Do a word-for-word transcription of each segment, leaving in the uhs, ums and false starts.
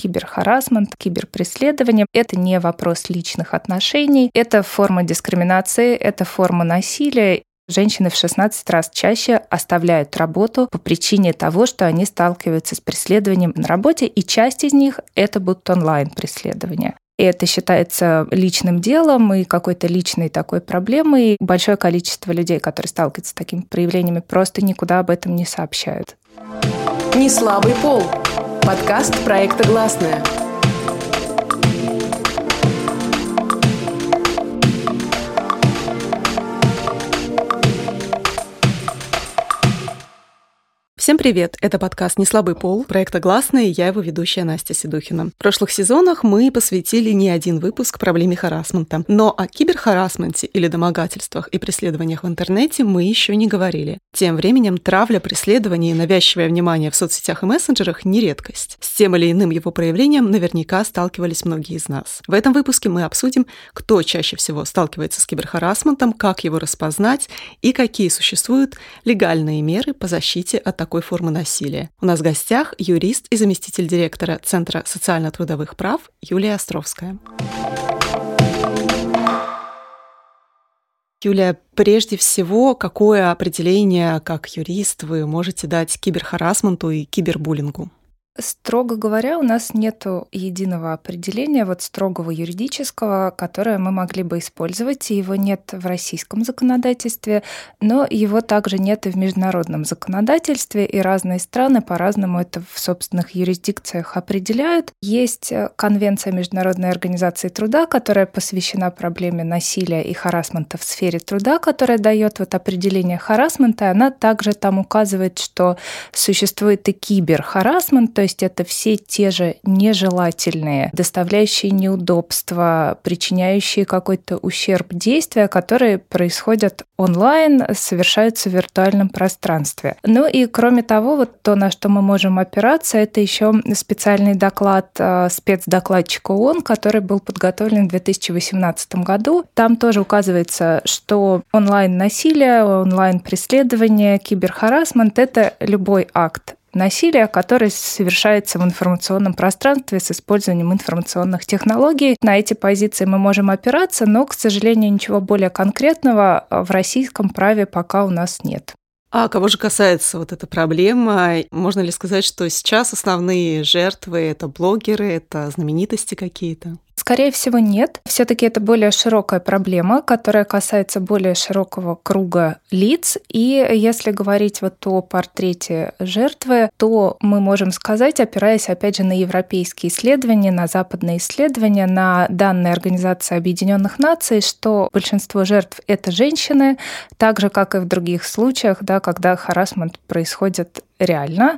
киберхарассмент, киберпреследование. Это не вопрос личных отношений, это форма дискриминации, это форма насилия. Женщины в шестнадцать раз чаще оставляют работу по причине того, что они сталкиваются с преследованием на работе, и часть из них — это будут онлайн-преследования. И это считается личным делом и какой-то личной такой проблемой. Большое количество людей, которые сталкиваются с такими проявлениями, просто никуда об этом не сообщают. «Неслабый пол» – подкаст проекта «Гласная». Всем привет! Это подкаст «Неслабый пол» проекта «Гласная», и я его ведущая Настя Седухина. В прошлых сезонах мы посвятили не один выпуск проблеме харассмента, но о киберхарассменте или домогательствах и преследованиях в интернете мы еще не говорили. Тем временем травля, преследование и навязчивое внимание в соцсетях и мессенджерах не редкость. С тем или иным его проявлением наверняка сталкивались многие из нас. В этом выпуске мы обсудим, кто чаще всего сталкивается с киберхарассментом, как его распознать и какие существуют легальные меры по защите от такой формы насилия. У нас в гостях юрист и заместитель директора Центра социально-трудовых прав Юлия Островская. Юлия, прежде всего, какое определение как юрист вы можете дать киберхарассменту и кибербуллингу? Строго говоря, у нас нет единого определения, вот строгого юридического, которое мы могли бы использовать, и его нет в российском законодательстве, но его также нет и в международном законодательстве, и разные страны по-разному это в собственных юрисдикциях определяют. Есть Конвенция Международной организации труда, которая посвящена проблеме насилия и харассмента в сфере труда, которая дает вот определение харассмента, и она также там указывает, что существует и киберхарассмент, то есть это все те же нежелательные, доставляющие неудобства, причиняющие какой-то ущерб действия, которые происходят онлайн, совершаются в виртуальном пространстве. Ну и кроме того, вот то, на что мы можем опираться, это еще специальный доклад спецдокладчика ООН, который был подготовлен в две тысячи восемнадцатом году. Там тоже указывается, что онлайн-насилие, онлайн-преследование, киберхарассмент — это любой акт насилия, который совершается в информационном пространстве с использованием информационных технологий. На эти позиции мы можем опираться, но, к сожалению, ничего более конкретного в российском праве пока у нас нет. А кого же касается вот эта проблема? Можно ли сказать, что сейчас основные жертвы — это блогеры, это знаменитости какие-то? Скорее всего, нет. Все-таки это более широкая проблема, которая касается более широкого круга лиц. И если говорить вот о портрете жертвы, то мы можем сказать, опираясь, опять же, на европейские исследования, на западные исследования, на данные Организации Объединенных Наций, что большинство жертв — это женщины, так же, как и в других случаях, да, когда харассмент происходит реально.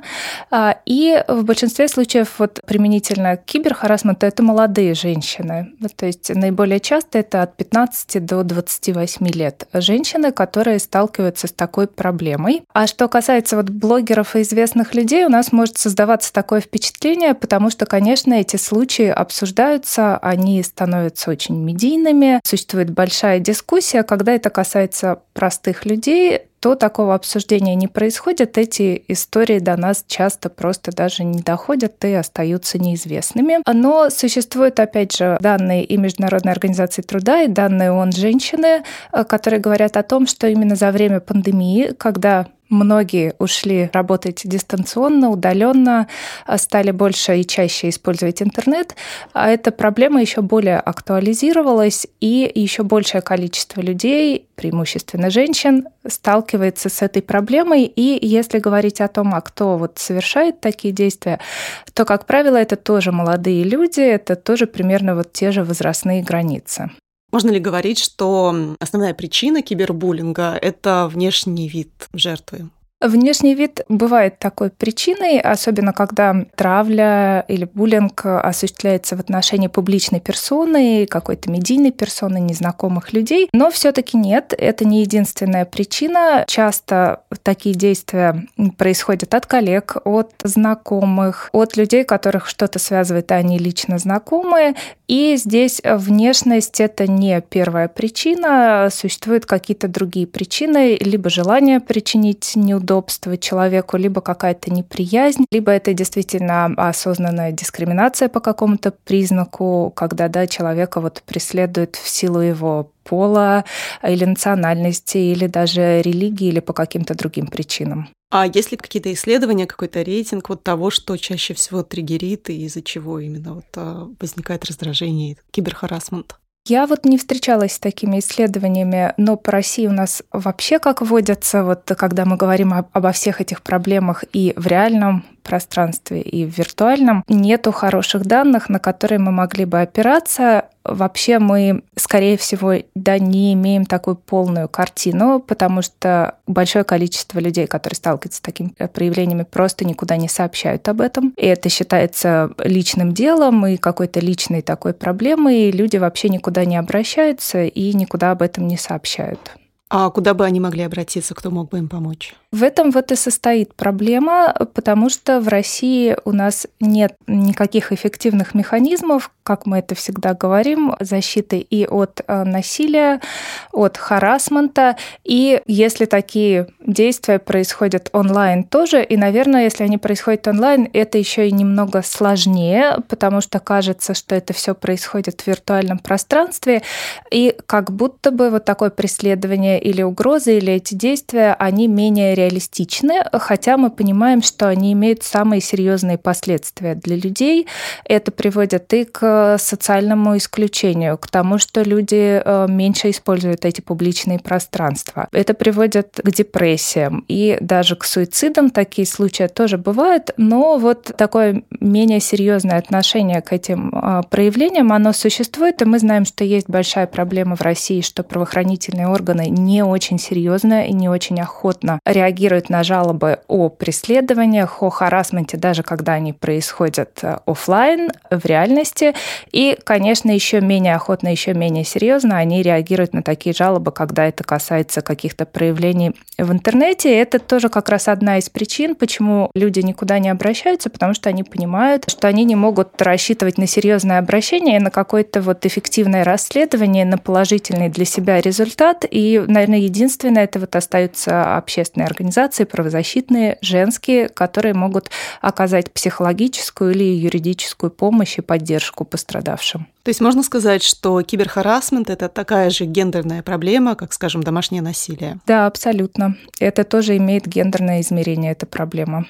И в большинстве случаев вот применительно к киберхарассменту это молодые женщины. То есть наиболее часто это от пятнадцати до двадцати восьми лет женщины, которые сталкиваются с такой проблемой. А что касается вот блогеров и известных людей, у нас может создаваться такое впечатление, потому что, конечно, эти случаи обсуждаются, они становятся очень медийными, существует большая дискуссия. Когда это касается простых людей, то такого обсуждения не происходит. Эти истории до нас часто просто даже не доходят и остаются неизвестными. Но существуют, опять же, данные и Международной организации труда, и данные ООН «Женщины», которые говорят о том, что именно за время пандемии, когда многие ушли работать дистанционно, удаленно, стали больше и чаще использовать интернет, а эта проблема еще более актуализировалась, и еще большее количество людей, преимущественно женщин, сталкивается с этой проблемой. И если говорить о том, а кто вот совершает такие действия, то, как правило, это тоже молодые люди, это тоже примерно вот те же возрастные границы. Можно ли говорить, что основная причина кибербуллинга — это внешний вид жертвы? Внешний вид бывает такой причиной, особенно когда травля или буллинг осуществляется в отношении публичной персоны, какой-то медийной персоны, незнакомых людей. Но все-таки нет, это не единственная причина. Часто такие действия происходят от коллег, от знакомых, от людей, которых что-то связывает, а они лично знакомые. И здесь внешность — это не первая причина, существуют какие-то другие причины, либо желание причинить неудобства, неудобство человеку, либо какая-то неприязнь, либо это действительно осознанная дискриминация по какому-то признаку, когда да, человека вот преследуют в силу его пола или национальности, или даже религии, или по каким-то другим причинам. А есть ли какие-то исследования, какой-то рейтинг вот того, что чаще всего триггерит и из-за чего именно вот возникает раздражение, киберхарассмент? Я вот не встречалась с такими исследованиями, но по России у нас вообще как водится, вот когда мы говорим об, обо всех этих проблемах и в реальном пространстве, и в виртуальном, нету хороших данных, на которые мы могли бы опираться. Вообще мы, скорее всего, да, не имеем такую полную картину, потому что большое количество людей, которые сталкиваются с такими проявлениями, просто никуда не сообщают об этом. И это считается личным делом и какой-то личной такой проблемой, и люди вообще никуда не обращаются и никуда об этом не сообщают. А куда бы они могли обратиться, кто мог бы им помочь? В этом вот и состоит проблема, потому что в России у нас нет никаких эффективных механизмов, как мы это всегда говорим, защиты и от насилия, от харассмента. И если такие действия происходят онлайн тоже, и, наверное, если они происходят онлайн, это еще и немного сложнее, потому что кажется, что это все происходит в виртуальном пространстве, и как будто бы вот такое преследование или угрозы, или эти действия, они менее реалистичны, хотя мы понимаем, что они имеют самые серьезные последствия для людей. Это приводит и к социальному исключению, к тому, что люди меньше используют эти публичные пространства. Это приводит к депрессиям и даже к суицидам. Такие случаи тоже бывают, но вот такое менее серьезное отношение к этим проявлениям, оно существует, и мы знаем, что есть большая проблема в России, что правоохранительные органы не очень серьезно и не очень охотно реагируют на жалобы о преследованиях, о харассменте, даже когда они происходят офлайн, в реальности. И, конечно, еще менее охотно, еще менее серьезно они реагируют на такие жалобы, когда это касается каких-то проявлений в интернете. И это тоже как раз одна из причин, почему люди никуда не обращаются, потому что они понимают, что они не могут рассчитывать на серьезное обращение, на какое-то вот эффективное расследование, на положительный для себя результат. И, наверное, единственное, это вот остаются общественные организации, правозащитные, женские, которые могут оказать психологическую или юридическую помощь и поддержку пострадавшим. То есть можно сказать, что киберхарассмент – это такая же гендерная проблема, как, скажем, домашнее насилие? Да, абсолютно. Это тоже имеет гендерное измерение, эта проблема.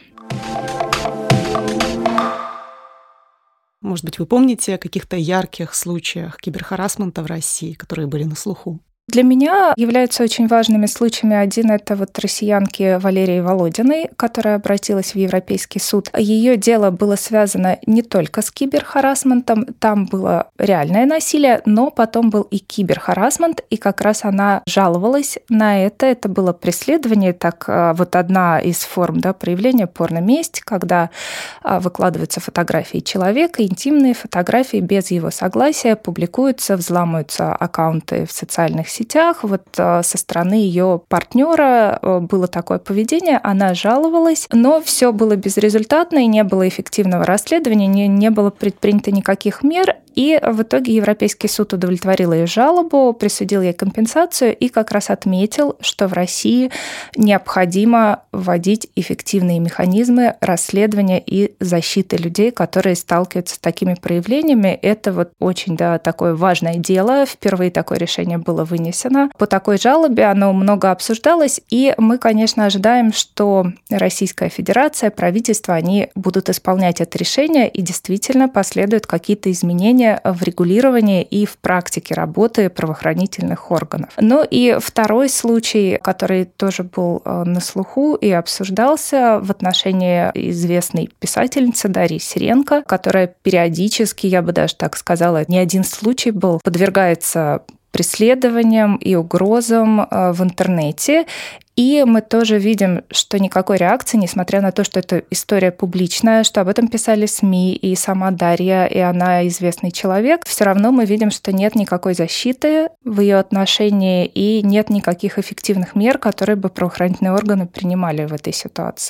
Может быть, вы помните о каких-то ярких случаях киберхарассмента в России, которые были на слуху? Для меня являются очень важными случаями. Один — это вот россиянки Валерии Володиной, которая обратилась в Европейский суд. Ее дело было связано не только с киберхарассментом, там было реальное насилие, но потом был и киберхарассмент, и как раз она жаловалась на это. Это было преследование, так вот одна из форм, да, проявления порноместь, когда выкладываются фотографии человека, интимные фотографии без его согласия, публикуются, взламываются аккаунты в социальных сетях. сетях. Вот со стороны ее партнера было такое поведение, она жаловалась, но все было безрезультатно, и не было эффективного расследования, не, не было предпринято никаких мер, и в итоге Европейский суд удовлетворил ее жалобу, присудил ей компенсацию и как раз отметил, что в России необходимо вводить эффективные механизмы расследования и защиты людей, которые сталкиваются с такими проявлениями. Это вот очень, да, такое важное дело. Впервые такое решение было вынесено. По такой жалобе оно много обсуждалось, и мы, конечно, ожидаем, что Российская Федерация, правительство, они будут исполнять это решение, и действительно последуют какие-то изменения в регулировании и в практике работы правоохранительных органов. Ну и второй случай, который тоже был на слуху и обсуждался в отношении известной писательницы Дарьи Сиренко, которая периодически, я бы даже так сказала, не один случай был, подвергается преследованиям и угрозам в интернете. И мы тоже видим, что никакой реакции, несмотря на то, что это история публичная, что об этом писали СМИ, и сама Дарья, и она известный человек, все равно мы видим, что нет никакой защиты в ее отношении и нет никаких эффективных мер, которые бы правоохранительные органы принимали в этой ситуации.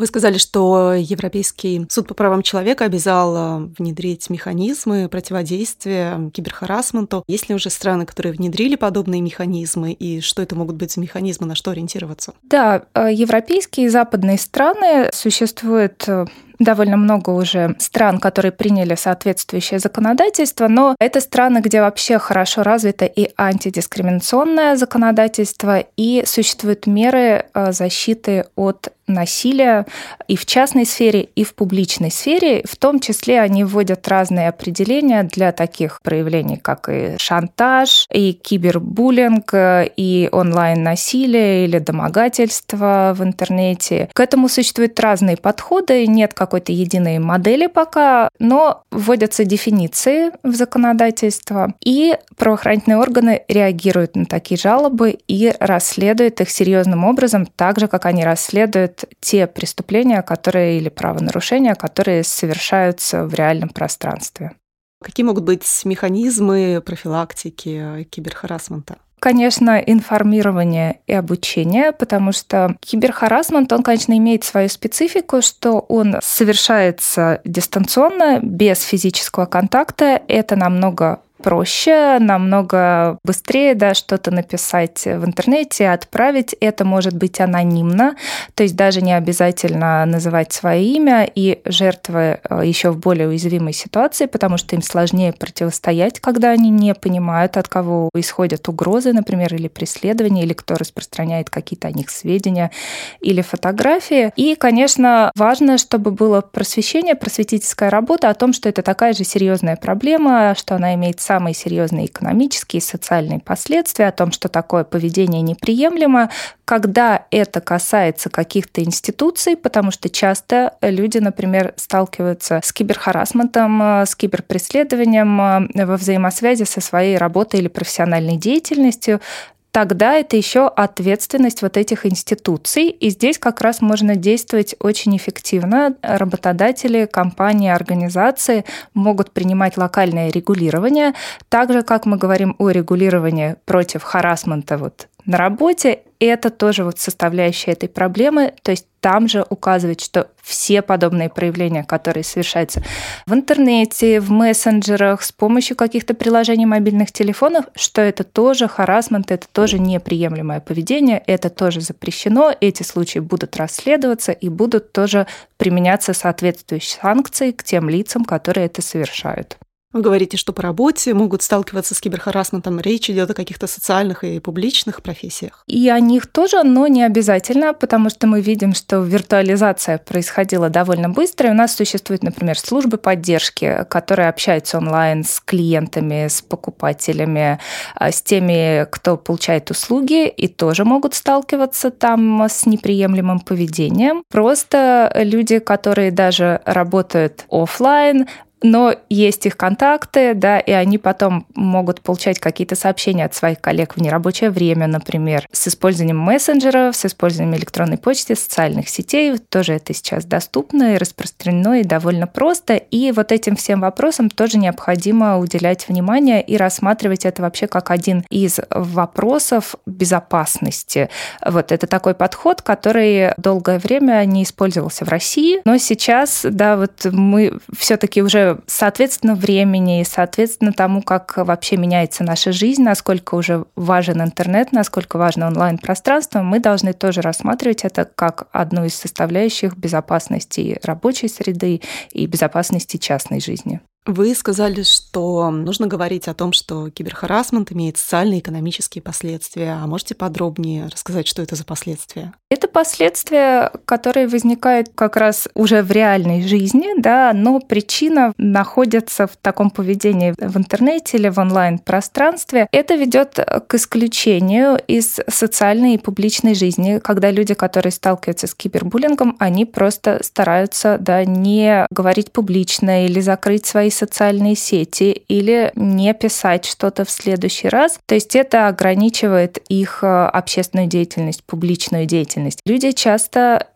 Вы сказали, что Европейский суд по правам человека обязал внедрить механизмы противодействия киберхарассменту. Есть ли уже страны, которые внедрили подобные механизмы, и что это могут быть за механизмы, на что ориентироваться? Да, европейские и западные страны существуют довольно много уже стран, которые приняли соответствующее законодательство, но это страны, где вообще хорошо развито и антидискриминационное законодательство, и существуют меры защиты от насилия и в частной сфере, и в публичной сфере. В том числе они вводят разные определения для таких проявлений, как и шантаж, и кибербуллинг, и онлайн-насилие или домогательство в интернете. К этому существуют разные подходы, нет какой-то единой модели пока, но вводятся дефиниции в законодательство, и правоохранительные органы реагируют на такие жалобы и расследуют их серьезным образом, так же, как они расследуют те преступления, которые или правонарушения, которые совершаются в реальном пространстве. Какие могут быть механизмы профилактики киберхарассмента? Конечно, информирование и обучение, потому что киберхарассмент, он, конечно, имеет свою специфику, что он совершается дистанционно, без физического контакта. Это намного проще, намного быстрее, да, что-то написать в интернете, отправить. Это может быть анонимно, то есть даже не обязательно называть свое имя, и жертвы еще в более уязвимой ситуации, потому что им сложнее противостоять, когда они не понимают, от кого исходят угрозы, например, или преследования, или кто распространяет какие-то о них сведения или фотографии. И, конечно, важно, чтобы было просвещение, просветительская работа о том, что это такая же серьезная проблема, что она имеет самые серьезные экономические и социальные последствия, о том, что такое поведение неприемлемо, когда это касается каких-то институций, потому что часто люди, например, сталкиваются с киберхарассментом, с киберпреследованием во взаимосвязи со своей работой или профессиональной деятельностью. Тогда это еще ответственность вот этих институций. И здесь как раз можно действовать очень эффективно. Работодатели, компании, организации могут принимать локальное регулирование. Так же, как мы говорим о регулировании против харассмента вот на работе, это тоже вот составляющая этой проблемы. То есть там же указывать, что все подобные проявления, которые совершаются в интернете, в мессенджерах, с помощью каких-то приложений мобильных телефонов, что это тоже харассмент, это тоже неприемлемое поведение, это тоже запрещено, эти случаи будут расследоваться и будут тоже применяться соответствующие санкции к тем лицам, которые это совершают. Вы говорите, что по работе могут сталкиваться с киберхарассментом. Речь идет о каких-то социальных и публичных профессиях. И о них тоже, но не обязательно, потому что мы видим, что виртуализация происходила довольно быстро. И у нас существуют, например, службы поддержки, которые общаются онлайн с клиентами, с покупателями, с теми, кто получает услуги, и тоже могут сталкиваться там с неприемлемым поведением. Просто люди, которые даже работают офлайн, но есть их контакты, да, и они потом могут получать какие-то сообщения от своих коллег в нерабочее время, например, с использованием мессенджеров, с использованием электронной почты, социальных сетей. Тоже это сейчас доступно и распространено, и довольно просто. И вот этим всем вопросам тоже необходимо уделять внимание и рассматривать это вообще как один из вопросов безопасности. Вот это такой подход, который долгое время не использовался в России, но сейчас, да, вот мы все-таки уже соответственно времени и соответственно тому, как вообще меняется наша жизнь, насколько уже важен интернет, насколько важно онлайн-пространство, мы должны тоже рассматривать это как одну из составляющих безопасности рабочей среды и безопасности частной жизни. Вы сказали, что нужно говорить о том, что киберхарассмент имеет социальные и экономические последствия. А можете подробнее рассказать, что это за последствия? Это последствия, которые возникают как раз уже в реальной жизни, да, но причина находится в таком поведении в интернете или в онлайн-пространстве. Это ведет к исключению из социальной и публичной жизни, когда люди, которые сталкиваются с кибербуллингом, они просто стараются, да, не говорить публично или закрыть свои социальные сети или не писать что-то в следующий раз. То есть это ограничивает их общественную деятельность, публичную деятельность. Люди часто, и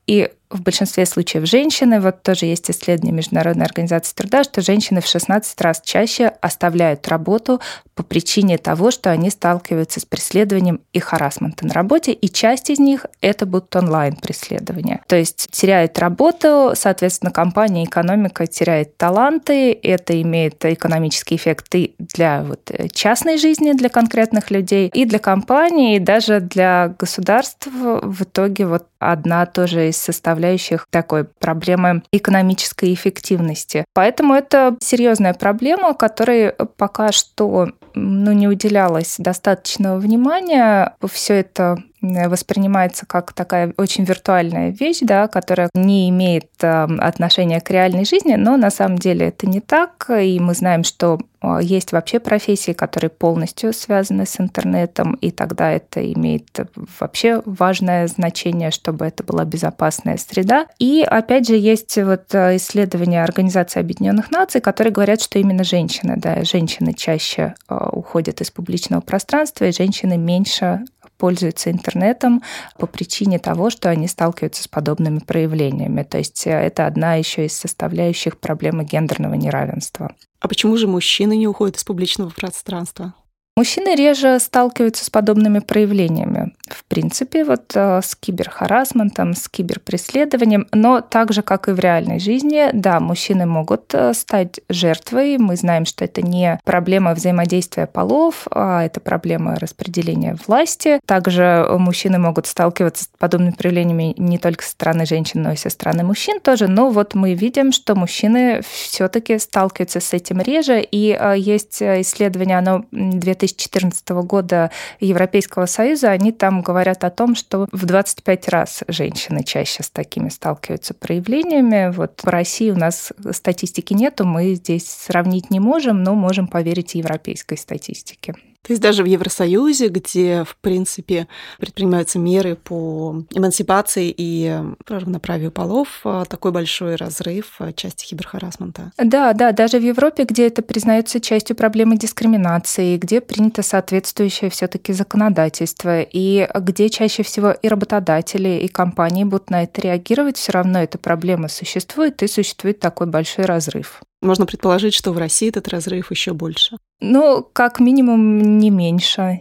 в большинстве случаев женщины. Вот тоже есть исследование Международной организации труда, что женщины в шестнадцать раз чаще оставляют работу по причине того, что они сталкиваются с преследованием и харассментом на работе, и часть из них — это будут онлайн-преследования. То есть теряют работу, соответственно, компания, экономика теряет таланты, это имеет экономические эффекты для вот частной жизни, для конкретных людей, и для компании, и даже для государств. В итоге вот одна тоже из составляющих такой проблемы экономической эффективности. Поэтому это серьезная проблема, которой пока что ну, не уделялось достаточного внимания. Все это воспринимается как такая очень виртуальная вещь, да, которая не имеет отношения к реальной жизни, но на самом деле это не так, и мы знаем, что есть вообще профессии, которые полностью связаны с интернетом, и тогда это имеет вообще важное значение, чтобы это была безопасная среда. И опять же есть вот исследования Организации Объединенных Наций, которые говорят, что именно женщины, да, женщины чаще уходят из публичного пространства, и женщины меньше пользуются интернетом по причине того, что они сталкиваются с подобными проявлениями. То есть это одна еще из составляющих проблемы гендерного неравенства. А почему же мужчины не уходят из публичного пространства? Мужчины реже сталкиваются с подобными проявлениями. В принципе, вот с киберхарассментом, с киберпреследованием, но так же, как и в реальной жизни, да, мужчины могут стать жертвой. Мы знаем, что это не проблема взаимодействия полов, а это проблема распределения власти. Также мужчины могут сталкиваться с подобными проявлениями не только со стороны женщин, но и со стороны мужчин тоже. Но вот мы видим, что мужчины все-таки сталкиваются с этим реже. И есть исследование, оно две тысячи четырнадцатого года Европейского Союза, они там говорят о том, что в двадцать пять раз женщины чаще с такими сталкиваются проявлениями. Вот по России у нас статистики нету, мы здесь сравнить не можем, но можем поверить европейской статистике. То есть даже в Евросоюзе, где, в принципе, предпринимаются меры по эмансипации и равноправию полов, такой большой разрыв в части киберхарассмента. Да, да, даже в Европе, где это признается частью проблемы дискриминации, где принято соответствующее все-таки законодательство, и где чаще всего и работодатели, и компании будут на это реагировать, все равно эта проблема существует, и существует такой большой разрыв. Можно предположить, что в России этот разрыв еще больше. Ну, как минимум, не меньше.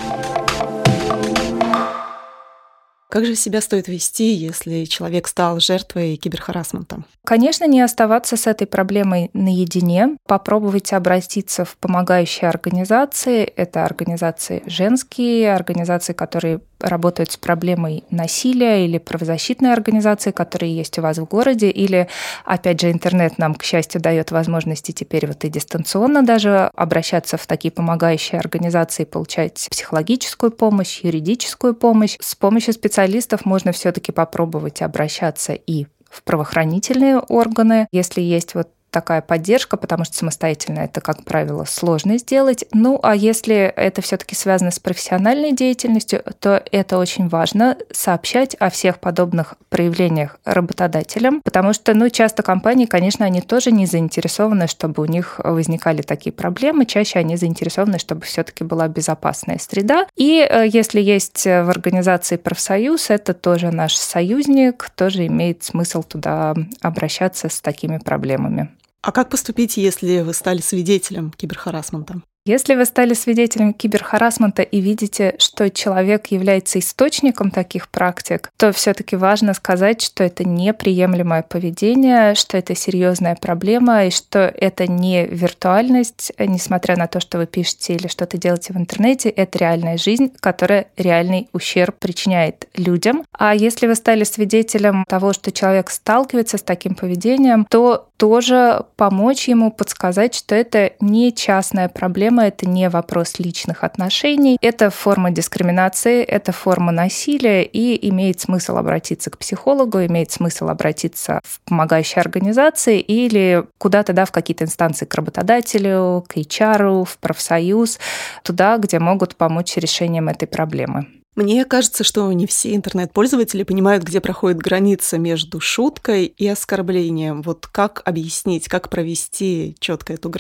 Как же себя стоит вести, если человек стал жертвой киберхарассмента? Конечно, не оставаться с этой проблемой наедине, попробовать обратиться в помогающие организации. Это организации женские, организации, которые работают с проблемой насилия, или правозащитные организации, которые есть у вас в городе, или, опять же, интернет нам, к счастью, дает возможности теперь вот и дистанционно даже обращаться в такие помогающие организации, получать психологическую помощь, юридическую помощь. С помощью специалистов можно все-таки попробовать обращаться и в правоохранительные органы, если есть вот такая поддержка, потому что самостоятельно это, как правило, сложно сделать. Ну, а если это все-таки связано с профессиональной деятельностью, то это очень важно сообщать о всех подобных проявлениях работодателям, потому что, ну, часто компании, конечно, они тоже не заинтересованы, чтобы у них возникали такие проблемы. Чаще они заинтересованы, чтобы все-таки была безопасная среда. И если есть в организации профсоюз, это тоже наш союзник, тоже имеет смысл туда обращаться с такими проблемами. А как поступить, если вы стали свидетелем киберхарассмента? Если вы стали свидетелем киберхарассмента и видите, что человек является источником таких практик, то все-таки важно сказать, что это неприемлемое поведение, что это серьезная проблема и что это не виртуальность, несмотря на то, что вы пишете или что-то делаете в интернете, это реальная жизнь, которая реальный ущерб причиняет людям. А если вы стали свидетелем того, что человек сталкивается с таким поведением, то тоже помочь ему, подсказать, что это не частная проблема, это не вопрос личных отношений, это форма дискриминации, это форма насилия, и имеет смысл обратиться к психологу, имеет смысл обратиться в помогающие организации или куда-то, да, в какие-то инстанции, к работодателю, к эйч ар, в профсоюз, туда, где могут помочь с решением этой проблемы. Мне кажется, что не все интернет-пользователи понимают, где проходит граница между шуткой и оскорблением. Вот как объяснить, как провести четко эту грань?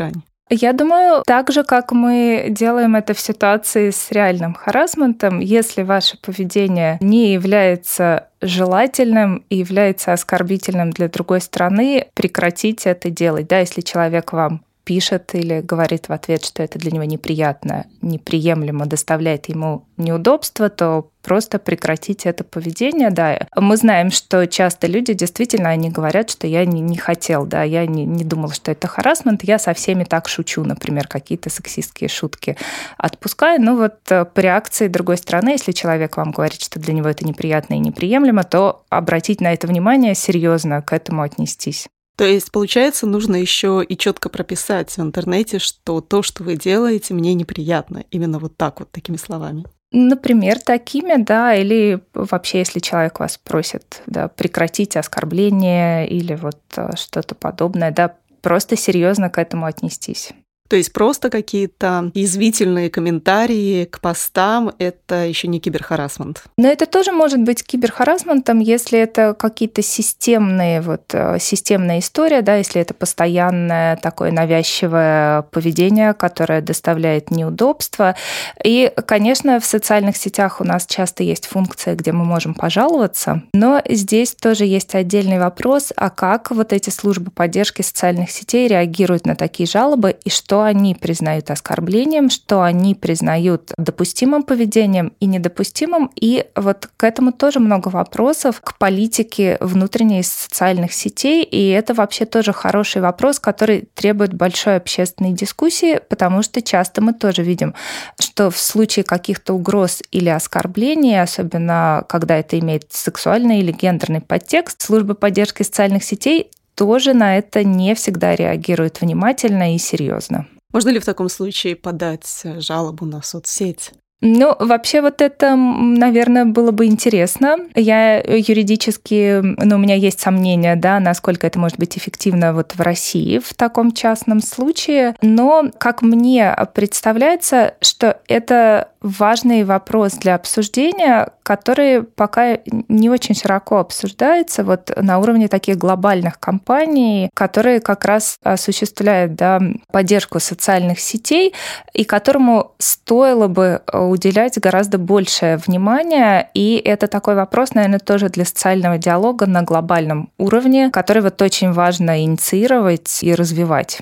Я думаю, так же, как мы делаем это в ситуации с реальным харассментом, если ваше поведение не является желательным и является оскорбительным для другой стороны, прекратите это делать. Да, если человек вам пишет или говорит в ответ, что это для него неприятно, неприемлемо, доставляет ему неудобства, то просто прекратите это поведение. Да. Мы знаем, что часто люди действительно они говорят, что я не, не хотел, да, я не, не думал, что это харассмент, я со всеми так шучу, например, какие-то сексистские шутки отпускаю. Но вот по реакции другой стороны, если человек вам говорит, что для него это неприятно и неприемлемо, то обратить на это внимание, серьезно к этому отнестись. То есть, получается, нужно еще и четко прописать в интернете, что то, что вы делаете, мне неприятно. Именно вот так вот, такими словами. Например, такими, да, или вообще, если человек вас просит, да, прекратить оскорбление или вот что-то подобное, да, просто серьезно к этому отнестись. То есть просто какие-то язвительные комментарии к постам – это еще не киберхарассмент. Но это тоже может быть киберхарассментом, если это какие-то системные, вот, системная история, да, если это постоянное такое навязчивое поведение, которое доставляет неудобства. И, конечно, в социальных сетях у нас часто есть функция, где мы можем пожаловаться, но здесь тоже есть отдельный вопрос, а как вот эти службы поддержки социальных сетей реагируют на такие жалобы и что они признают оскорблением, что они признают допустимым поведением и недопустимым. И вот к этому тоже много вопросов, к политике внутренней социальных сетей. И это вообще тоже хороший вопрос, который требует большой общественной дискуссии, потому что часто мы тоже видим, что в случае каких-то угроз или оскорблений, особенно когда это имеет сексуальный или гендерный подтекст, службы поддержки социальных сетей тоже на это не всегда реагируют внимательно и серьезно. Можно ли в таком случае подать жалобу на соцсеть? Ну, вообще вот это, наверное, было бы интересно. Я юридически, ну, у меня есть сомнения, да, насколько это может быть эффективно вот в России в таком частном случае. Но, как мне представляется, что это важный вопрос для обсуждения, который пока не очень широко обсуждается вот на уровне таких глобальных компаний, которые как раз осуществляют, да, поддержку социальных сетей и которому стоило бы уделять гораздо большее внимание. И это такой вопрос, наверное, тоже для социального диалога на глобальном уровне, который вот очень важно инициировать и развивать.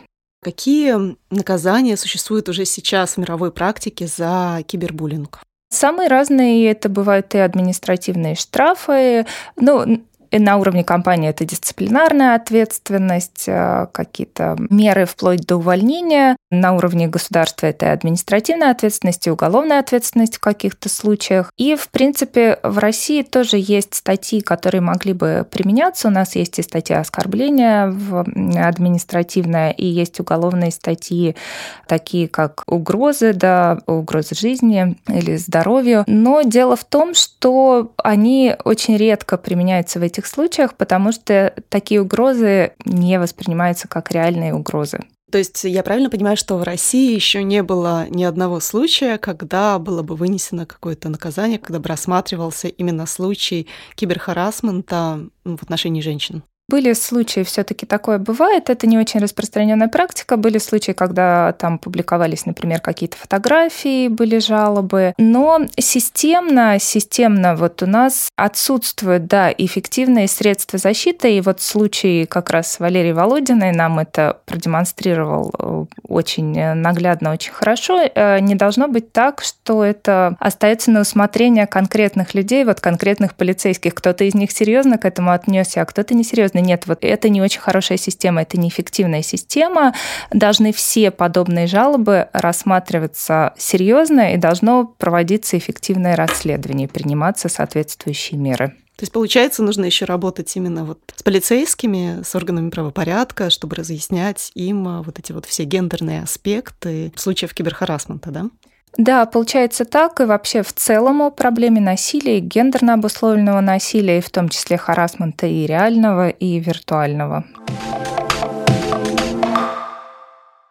Какие наказания существуют уже сейчас в мировой практике за кибербуллинг? Самые разные это бывают и административные штрафы. Ну, и на уровне компании это дисциплинарная ответственность, какие-то меры вплоть до увольнения. На уровне государства это административная ответственность и уголовная ответственность в каких-то случаях. И, в принципе, в России тоже есть статьи, которые могли бы применяться. У нас есть и статья оскорбления административная, и есть уголовные статьи, такие как угрозы, да, угрозы жизни или здоровью. Но дело в том, что они очень редко применяются в этих случаях, потому что такие угрозы не воспринимаются как реальные угрозы. То есть я правильно понимаю, что в России еще не было ни одного случая, когда было бы вынесено какое-то наказание, когда бы рассматривался именно случай киберхарассмента в отношении женщин? Были случаи, все-таки такое бывает, это не очень распространенная практика. Были случаи, когда там публиковались, например, какие-то фотографии, были жалобы. Но системно, системно вот у нас отсутствуют, да, эффективные средства защиты. И вот случай как раз Валерии Володиной нам это продемонстрировал очень наглядно, очень хорошо. Не должно быть так, что это остается на усмотрение конкретных людей, вот конкретных полицейских. Кто-то из них серьезно к этому отнесся, а кто-то несерьезно. Нет, вот это не очень хорошая система, это неэффективная система. Должны все подобные жалобы рассматриваться серьезно и должно проводиться эффективное расследование, приниматься соответствующие меры. То есть, получается, нужно еще работать именно вот с полицейскими, с органами правопорядка, чтобы разъяснять им вот эти вот все гендерные аспекты случаев киберхарассмента, да? Да, получается так, и вообще в целом о проблеме насилия, гендерно обусловленного насилия, и в том числе харассмента и реального, и виртуального.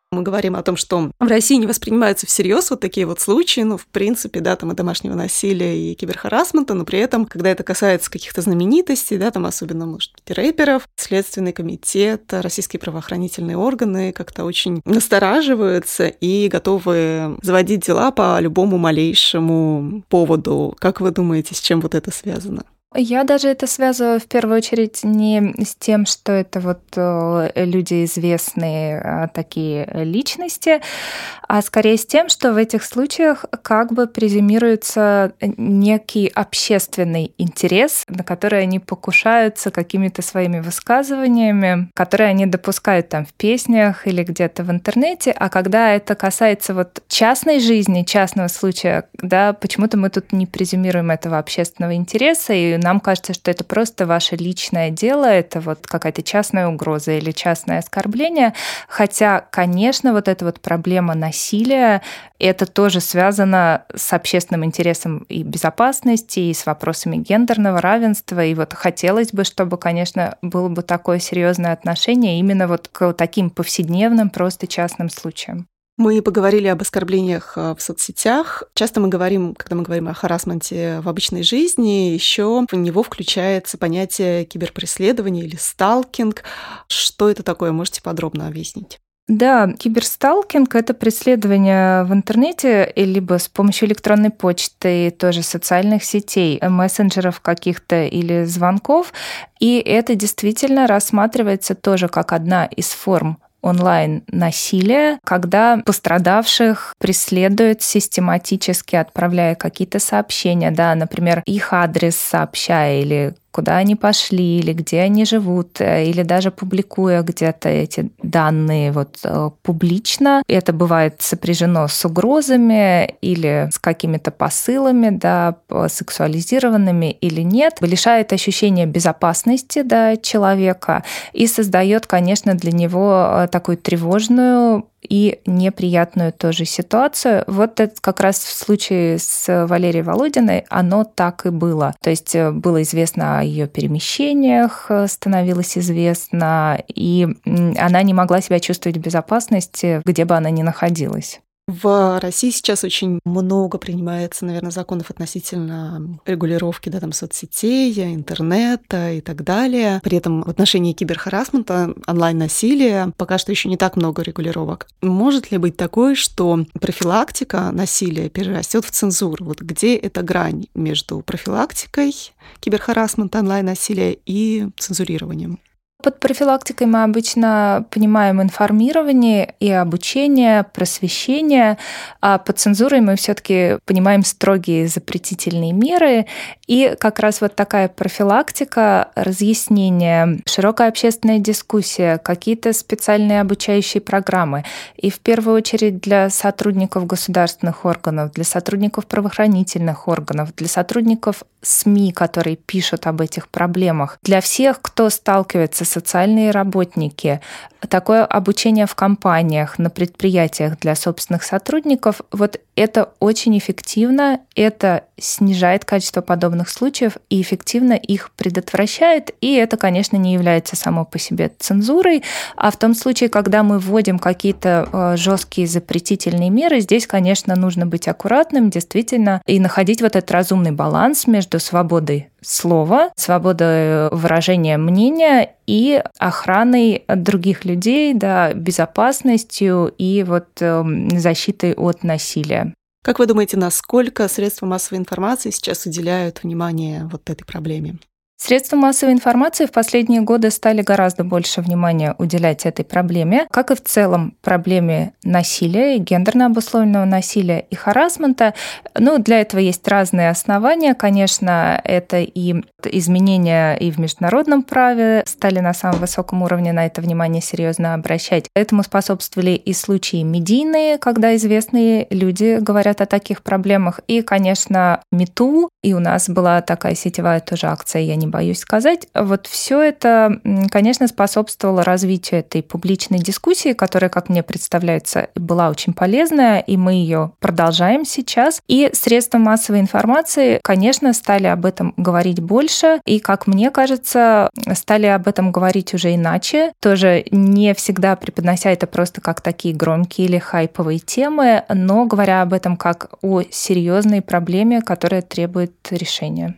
Мы говорим о том, что в России не воспринимаются всерьез вот такие вот случаи, ну, в принципе, да, там и домашнего насилия, и киберхарассмента, но при этом, когда это касается каких-то знаменитостей, да, там особенно, может быть, рэперов, Следственный комитет, российские правоохранительные органы как-то очень настораживаются и готовы заводить дела по любому малейшему поводу. Как вы думаете, с чем вот это связано? Я даже это связываю в первую очередь не с тем, что это вот люди известные, такие личности, а скорее с тем, что в этих случаях как бы презюмируется некий общественный интерес, на который они покушаются какими-то своими высказываниями, которые они допускают там в песнях или где-то в интернете, а когда это касается вот частной жизни, частного случая, да, почему-то мы тут не презюмируем этого общественного интереса, и нам кажется, что это просто ваше личное дело, это вот какая-то частная угроза или частное оскорбление. Хотя, конечно, вот эта вот проблема насилия, это тоже связано с общественным интересом и безопасности, и с вопросами гендерного равенства. И вот хотелось бы, чтобы, конечно, было бы такое серьезное отношение именно вот к таким повседневным, просто частным случаям. Мы поговорили об оскорблениях в соцсетях. Часто мы говорим, когда мы говорим о харассменте в обычной жизни, еще в него включается понятие киберпреследования или сталкинг. Что это такое? Можете подробно объяснить? Да, киберсталкинг — это преследование в интернете либо с помощью электронной почты, тоже социальных сетей, мессенджеров каких-то или звонков. И это действительно рассматривается тоже как одна из форм онлайн-насилия, когда пострадавших преследуют систематически, отправляя какие-то сообщения, да, например, их адрес сообщая или куда они пошли, или где они живут, или даже публикуя где-то эти данные вот публично. Это бывает сопряжено с угрозами или с какими-то посылами, да, сексуализированными или нет, лишает ощущения безопасности, да, человека и создает, конечно, для него такую тревожную и неприятную тоже ситуацию. Вот это как раз в случае с Валерией Володиной оно так и было. То есть было известно о ее перемещениях, становилось известно, и она не могла себя чувствовать в безопасности, где бы она ни находилась. В России сейчас очень много принимается, наверное, законов относительно регулировки, да, там, соцсетей, интернета и так далее. При этом в отношении киберхарассмента, онлайн-насилия пока что еще не так много регулировок. Может ли быть такое, что профилактика насилия перерастет в цензуру? Вот где эта грань между профилактикой киберхарассмента, онлайн-насилия и цензурированием? Под профилактикой мы обычно понимаем информирование и обучение, просвещение, а под цензурой мы все-таки понимаем строгие запретительные меры. И как раз вот такая профилактика, разъяснение, широкая общественная дискуссия, какие-то специальные обучающие программы. И в первую очередь для сотрудников государственных органов, для сотрудников правоохранительных органов, для сотрудников СМИ, которые пишут об этих проблемах, для всех, кто сталкивается, социальные работники, такое обучение в компаниях, на предприятиях для собственных сотрудников, вот это очень эффективно, это снижает количество подобных случаев и эффективно их предотвращает, и это, конечно, не является само по себе цензурой, а в том случае, когда мы вводим какие-то жесткие запретительные меры, здесь, конечно, нужно быть аккуратным, действительно, и находить вот этот разумный баланс между свободой слова, свободой выражения мнения и охраной других людей, да, безопасностью и вот защитой от насилия. Как вы думаете, насколько средства массовой информации сейчас уделяют внимание вот этой проблеме? Средства массовой информации в последние годы стали гораздо больше внимания уделять этой проблеме, как и в целом проблеме насилия, и гендерно обусловленного насилия и харассмента. Ну, для этого есть разные основания. Конечно, это и изменения и в международном праве стали на самом высоком уровне на это внимание серьезно обращать. Этому способствовали и случаи медийные, когда известные люди говорят о таких проблемах. И, конечно, МИТУ. И у нас была такая сетевая тоже акция «Я не боюсь сказать. Вот все это, конечно, способствовало развитию этой публичной дискуссии, которая, как мне представляется, была очень полезная, и мы ее продолжаем сейчас. И средства массовой информации, конечно, стали об этом говорить больше, и, как мне кажется, стали об этом говорить уже иначе, тоже не всегда преподнося это просто как такие громкие или хайповые темы, но говоря об этом как о серьезной проблеме, которая требует решения.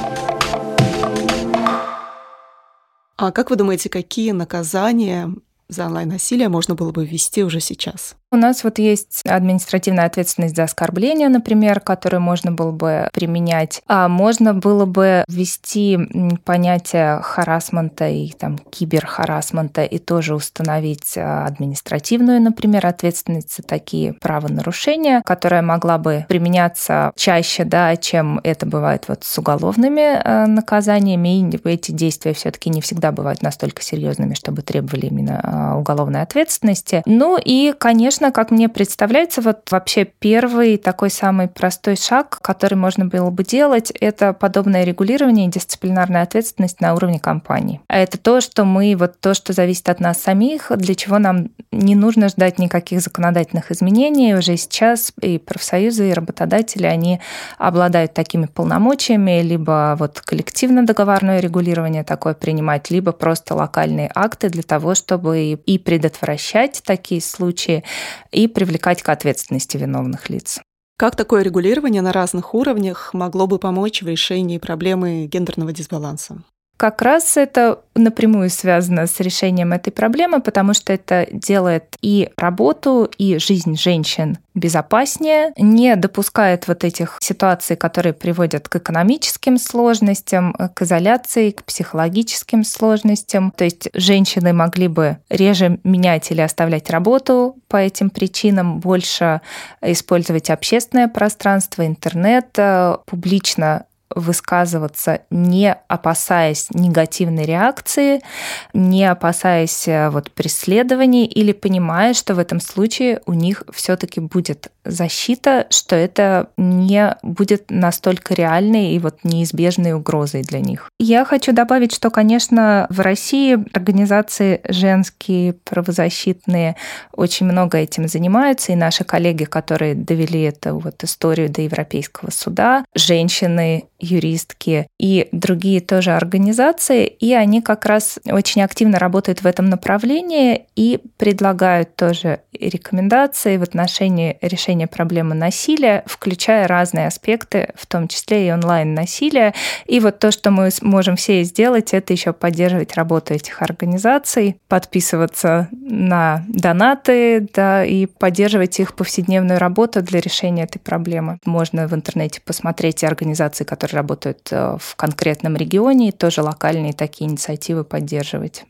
А как вы думаете, какие наказания за онлайн-насилие можно было бы ввести уже сейчас? У нас вот есть административная ответственность за оскорбление, например, которую можно было бы применять. А можно было бы ввести понятие харассмента и там, киберхарассмента и тоже установить административную, например, ответственность за такие правонарушения, которая могла бы применяться чаще, да, чем это бывает вот с уголовными наказаниями. И эти действия все-таки не всегда бывают настолько серьезными, чтобы требовали именно уголовной ответственности. Ну и, конечно, как мне представляется, вот вообще первый такой самый простой шаг, который можно было бы делать, это подобное регулирование и дисциплинарная ответственность на уровне компании. А это то, что мы, вот то, что зависит от нас самих, для чего нам не нужно ждать никаких законодательных изменений. Уже сейчас и профсоюзы, и работодатели, они обладают такими полномочиями, либо вот коллективно-договорное регулирование такое принимать, либо просто локальные акты для того, чтобы и предотвращать такие случаи, и привлекать к ответственности виновных лиц. Как такое регулирование на разных уровнях могло бы помочь в решении проблемы гендерного дисбаланса? Как раз это напрямую связано с решением этой проблемы, потому что это делает и работу, и жизнь женщин безопаснее, не допускает вот этих ситуаций, которые приводят к экономическим сложностям, к изоляции, к психологическим сложностям. То есть женщины могли бы реже менять или оставлять работу по этим причинам, больше использовать общественное пространство, интернет, публично высказываться, не опасаясь негативной реакции, не опасаясь вот преследований или понимая, что в этом случае у них все-таки будет защита, что это не будет настолько реальной и вот неизбежной угрозой для них. Я хочу добавить, что, конечно, в России организации женские, правозащитные очень много этим занимаются, и наши коллеги, которые довели эту вот историю до Европейского суда, женщины, юристки и другие тоже организации, и они как раз очень активно работают в этом направлении и предлагают тоже рекомендации в отношении решения проблемы насилия, включая разные аспекты, в том числе и онлайн-насилия. И вот то, что мы можем все сделать, это еще поддерживать работу этих организаций, подписываться на донаты, да, и поддерживать их повседневную работу для решения этой проблемы. Можно в интернете посмотреть организации, которые работают в конкретном регионе, и тоже локальные такие инициативы поддерживать.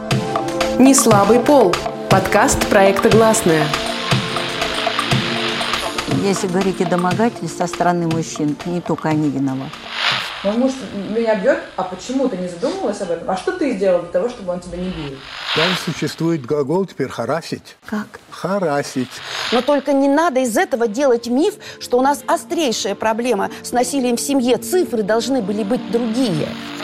«Неслабый пол» – подкаст проекта «Гласная». Если говорить о домогательстве со стороны мужчин, не только они виноваты. Мой муж меня бьет, а почему ты не задумывалась об этом? А что ты сделал для того, чтобы он тебя не бил? Там существует глагол теперь «харасить». Как? Харасить. Но только не надо из этого делать миф, что у нас острейшая проблема с насилием в семье. Цифры должны были быть другие.